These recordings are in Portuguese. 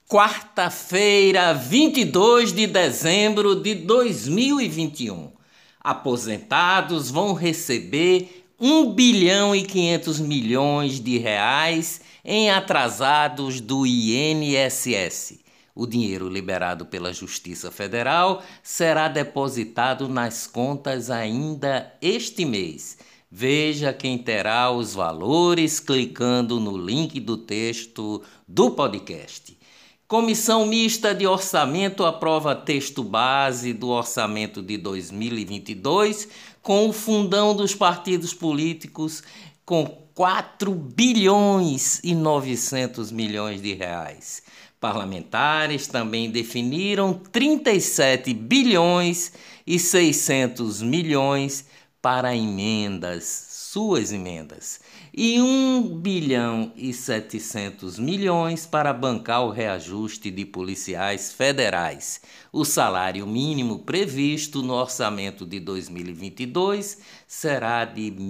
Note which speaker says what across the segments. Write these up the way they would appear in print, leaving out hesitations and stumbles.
Speaker 1: Quarta-feira, 22 de dezembro de 2021. Aposentados vão receber 1 bilhão e 500 milhões de reais em atrasados do INSS. O dinheiro liberado pela Justiça Federal será depositado nas contas ainda este mês. Veja quem terá os valores clicando no link do texto do podcast. Comissão Mista de Orçamento aprova texto base do orçamento de 2022 com o fundão dos partidos políticos com 4 bilhões e 900 milhões de reais. Parlamentares também definiram 37 bilhões e 600 milhões para suas emendas, e 1 bilhão e 700 milhões para bancar o reajuste de policiais federais. O salário mínimo previsto no orçamento de 2022 será de R$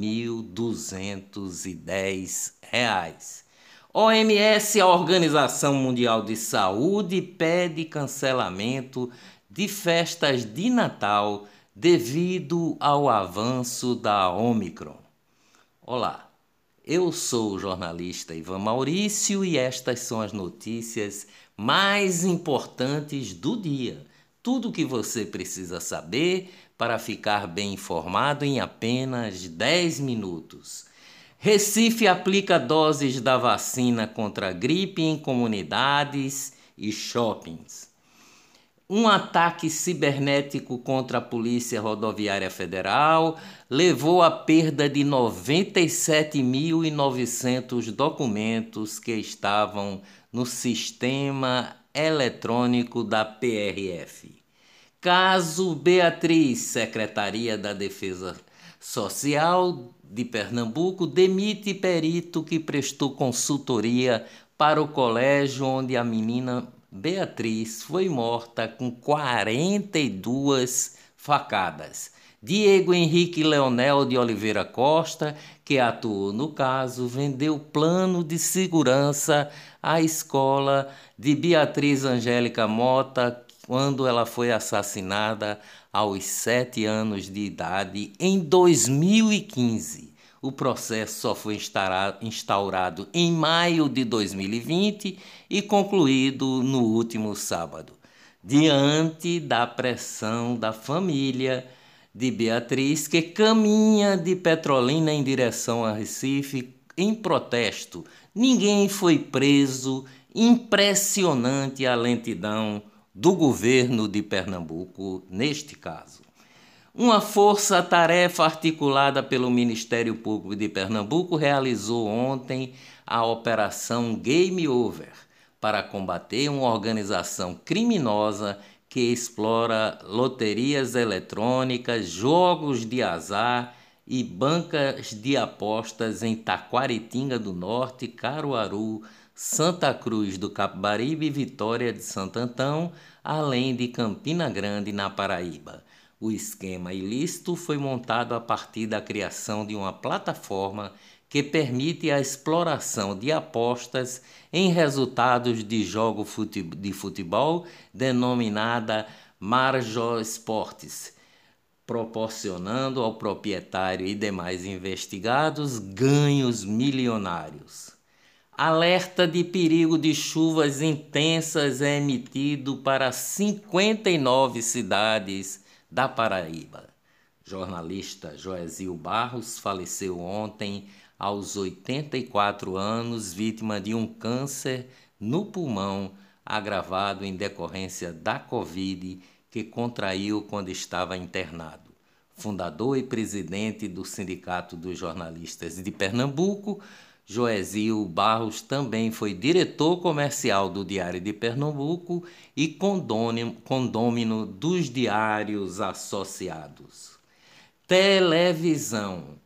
Speaker 1: 1.210. OMS, a Organização Mundial de Saúde, pede cancelamento de festas de Natal devido ao avanço da Ômicron. Olá, eu sou o jornalista Ivan Maurício e estas são as notícias mais importantes do dia. Tudo o que você precisa saber para ficar bem informado em apenas 10 minutos. Recife aplica doses da vacina contra a gripe em comunidades e shoppings. Um ataque cibernético contra a Polícia Rodoviária Federal levou à perda de 97.900 documentos que estavam no sistema eletrônico da PRF. Caso Beatriz, Secretaria da Defesa Social de Pernambuco, demite perito que prestou consultoria para o colégio onde a menina Beatriz foi morta com 42 facadas. Diego Henrique Leonel de Oliveira Costa, que atuou no caso, vendeu plano de segurança à escola de Beatriz Angélica Mota quando ela foi assassinada aos 7 anos de idade em 2015. O processo só foi instaurado em maio de 2020 e concluído no último sábado. Diante da pressão da família de Beatriz, que caminha de Petrolina em direção a Recife em protesto, ninguém foi preso. Impressionante a lentidão do governo de Pernambuco neste caso. Uma força-tarefa articulada pelo Ministério Público de Pernambuco realizou ontem a Operação Game Over para combater uma organização criminosa que explora loterias eletrônicas, jogos de azar e bancas de apostas em Taquaritinga do Norte, Caruaru, Santa Cruz do Capibaribe e Vitória de Santo Antão, além de Campina Grande, na Paraíba. O esquema ilícito foi montado a partir da criação de uma plataforma que permite a exploração de apostas em resultados de jogo de futebol denominada Marjo Esportes, proporcionando ao proprietário e demais investigados ganhos milionários. Alerta de perigo de chuvas intensas é emitido para 59 cidades da Paraíba. Jornalista Joesil Barros faleceu ontem aos 84 anos, vítima de um câncer no pulmão agravado em decorrência da Covid que contraiu quando estava internado. Fundador e presidente do Sindicato dos Jornalistas de Pernambuco, Joesil Barros também foi diretor comercial do Diário de Pernambuco e condômino dos diários associados. Televisão.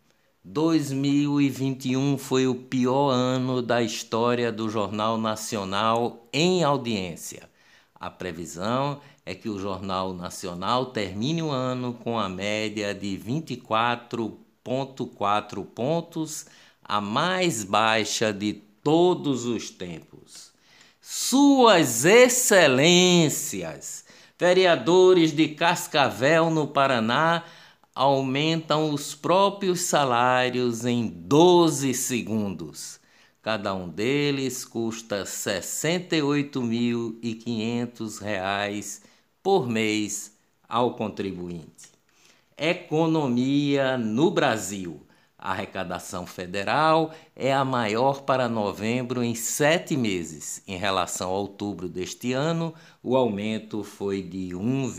Speaker 1: 2021 foi o pior ano da história do Jornal Nacional em audiência. A previsão é que o Jornal Nacional termine o ano com a média de 24,4 pontos, a mais baixa de todos os tempos. Suas Excelências, vereadores de Cascavel, no Paraná, aumentam os próprios salários em 12 segundos. Cada um deles custa R$ 68.500 por mês ao contribuinte. Economia no Brasil. A arrecadação federal é a maior para novembro em 7 meses. Em relação a outubro deste ano, o aumento foi de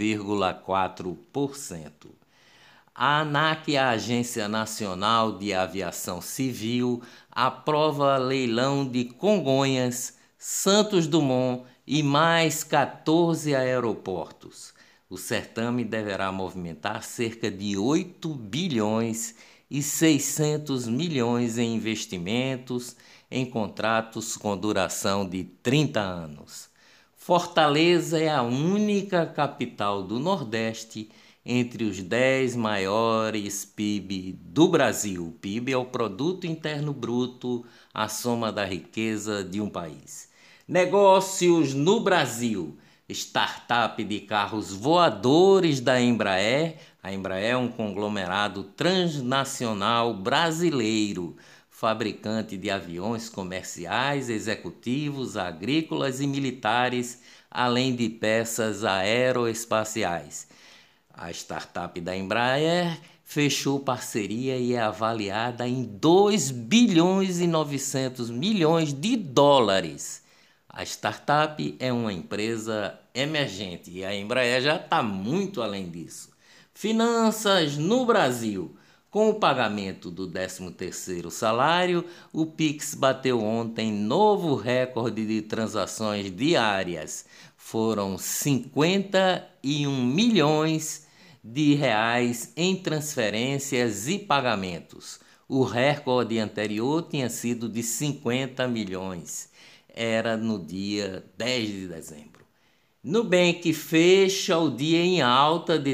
Speaker 1: 1,4%. A ANAC, a Agência Nacional de Aviação Civil, aprova leilão de Congonhas, Santos Dumont e mais 14 aeroportos. O certame deverá movimentar cerca de 8 bilhões e 600 milhões em investimentos em contratos com duração de 30 anos. Fortaleza é a única capital do Nordeste entre os 10 maiores PIB do Brasil. O PIB é o Produto Interno Bruto, a soma da riqueza de um país. Negócios no Brasil. Startup de carros voadores da Embraer. A Embraer é um conglomerado transnacional brasileiro, fabricante de aviões comerciais, executivos, agrícolas e militares, além de peças aeroespaciais. A startup da Embraer fechou parceria e é avaliada em 2 bilhões e 900 milhões de dólares. A startup é uma empresa emergente e a Embraer já está muito além disso. Finanças no Brasil. Com o pagamento do 13º salário, o Pix bateu ontem novo recorde de transações diárias. Foram 51 milhões de reais em transferências e pagamentos. O recorde anterior tinha sido de 50 milhões. Era no dia 10 de dezembro. Nubank fecha o dia em alta de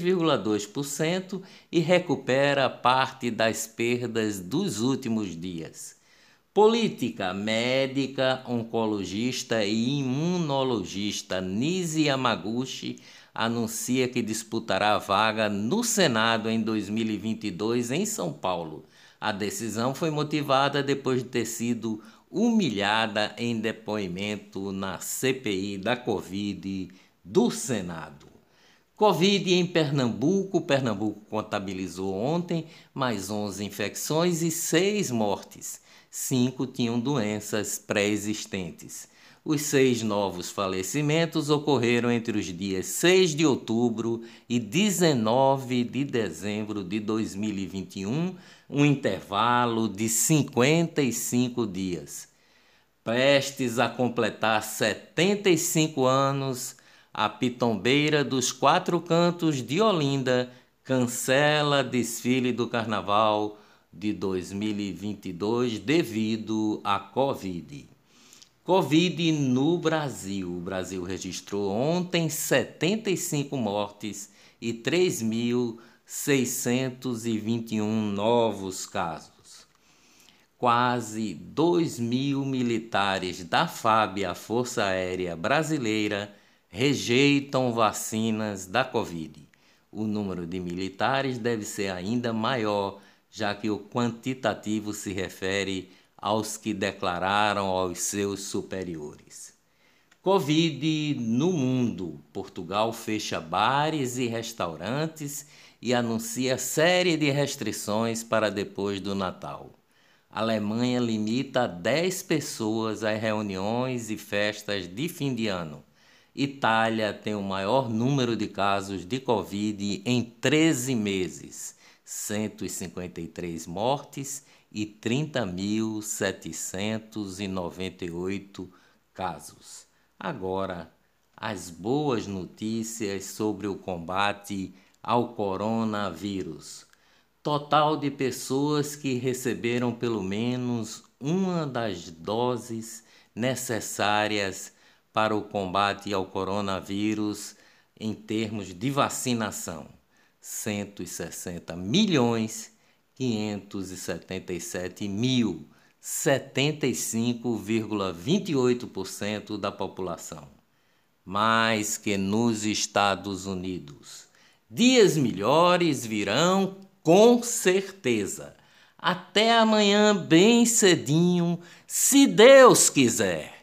Speaker 1: 3,2% e recupera parte das perdas dos últimos dias. Política. Médica, oncologista e imunologista Nise Yamaguchi anuncia que disputará a vaga no Senado em 2022 em São Paulo. A decisão foi motivada depois de ter sido humilhada em depoimento na CPI da Covid do Senado. Covid em Pernambuco. Pernambuco contabilizou ontem mais 11 infecções e 6 mortes. 5 tinham doenças pré-existentes. Os 6 novos falecimentos ocorreram entre os dias 6 de outubro e 19 de dezembro de 2021, um intervalo de 55 dias. Prestes a completar 75 anos, a Pitombeira dos Quatro Cantos de Olinda cancela desfile do Carnaval de 2022 devido à Covid. Covid no Brasil. O Brasil registrou ontem 75 mortes e 3.621 novos casos. Quase 2.000 militares da FAB, a Força Aérea Brasileira, rejeitam vacinas da Covid. O número de militares deve ser ainda maior, já que o quantitativo se refere aos que declararam aos seus superiores. Covid no mundo. Portugal fecha bares e restaurantes e anuncia série de restrições para depois do Natal. A Alemanha limita 10 pessoas às reuniões e festas de fim de ano. Itália tem o maior número de casos de Covid em 13 meses, 153 mortes e 30.798 casos. Agora, as boas notícias sobre o combate ao coronavírus. Total de pessoas que receberam pelo menos uma das doses necessárias para o combate ao coronavírus em termos de vacinação: 160.577.000 75,28% da população. Mais que nos Estados Unidos. Dias melhores virão com certeza. Até amanhã bem cedinho, se Deus quiser.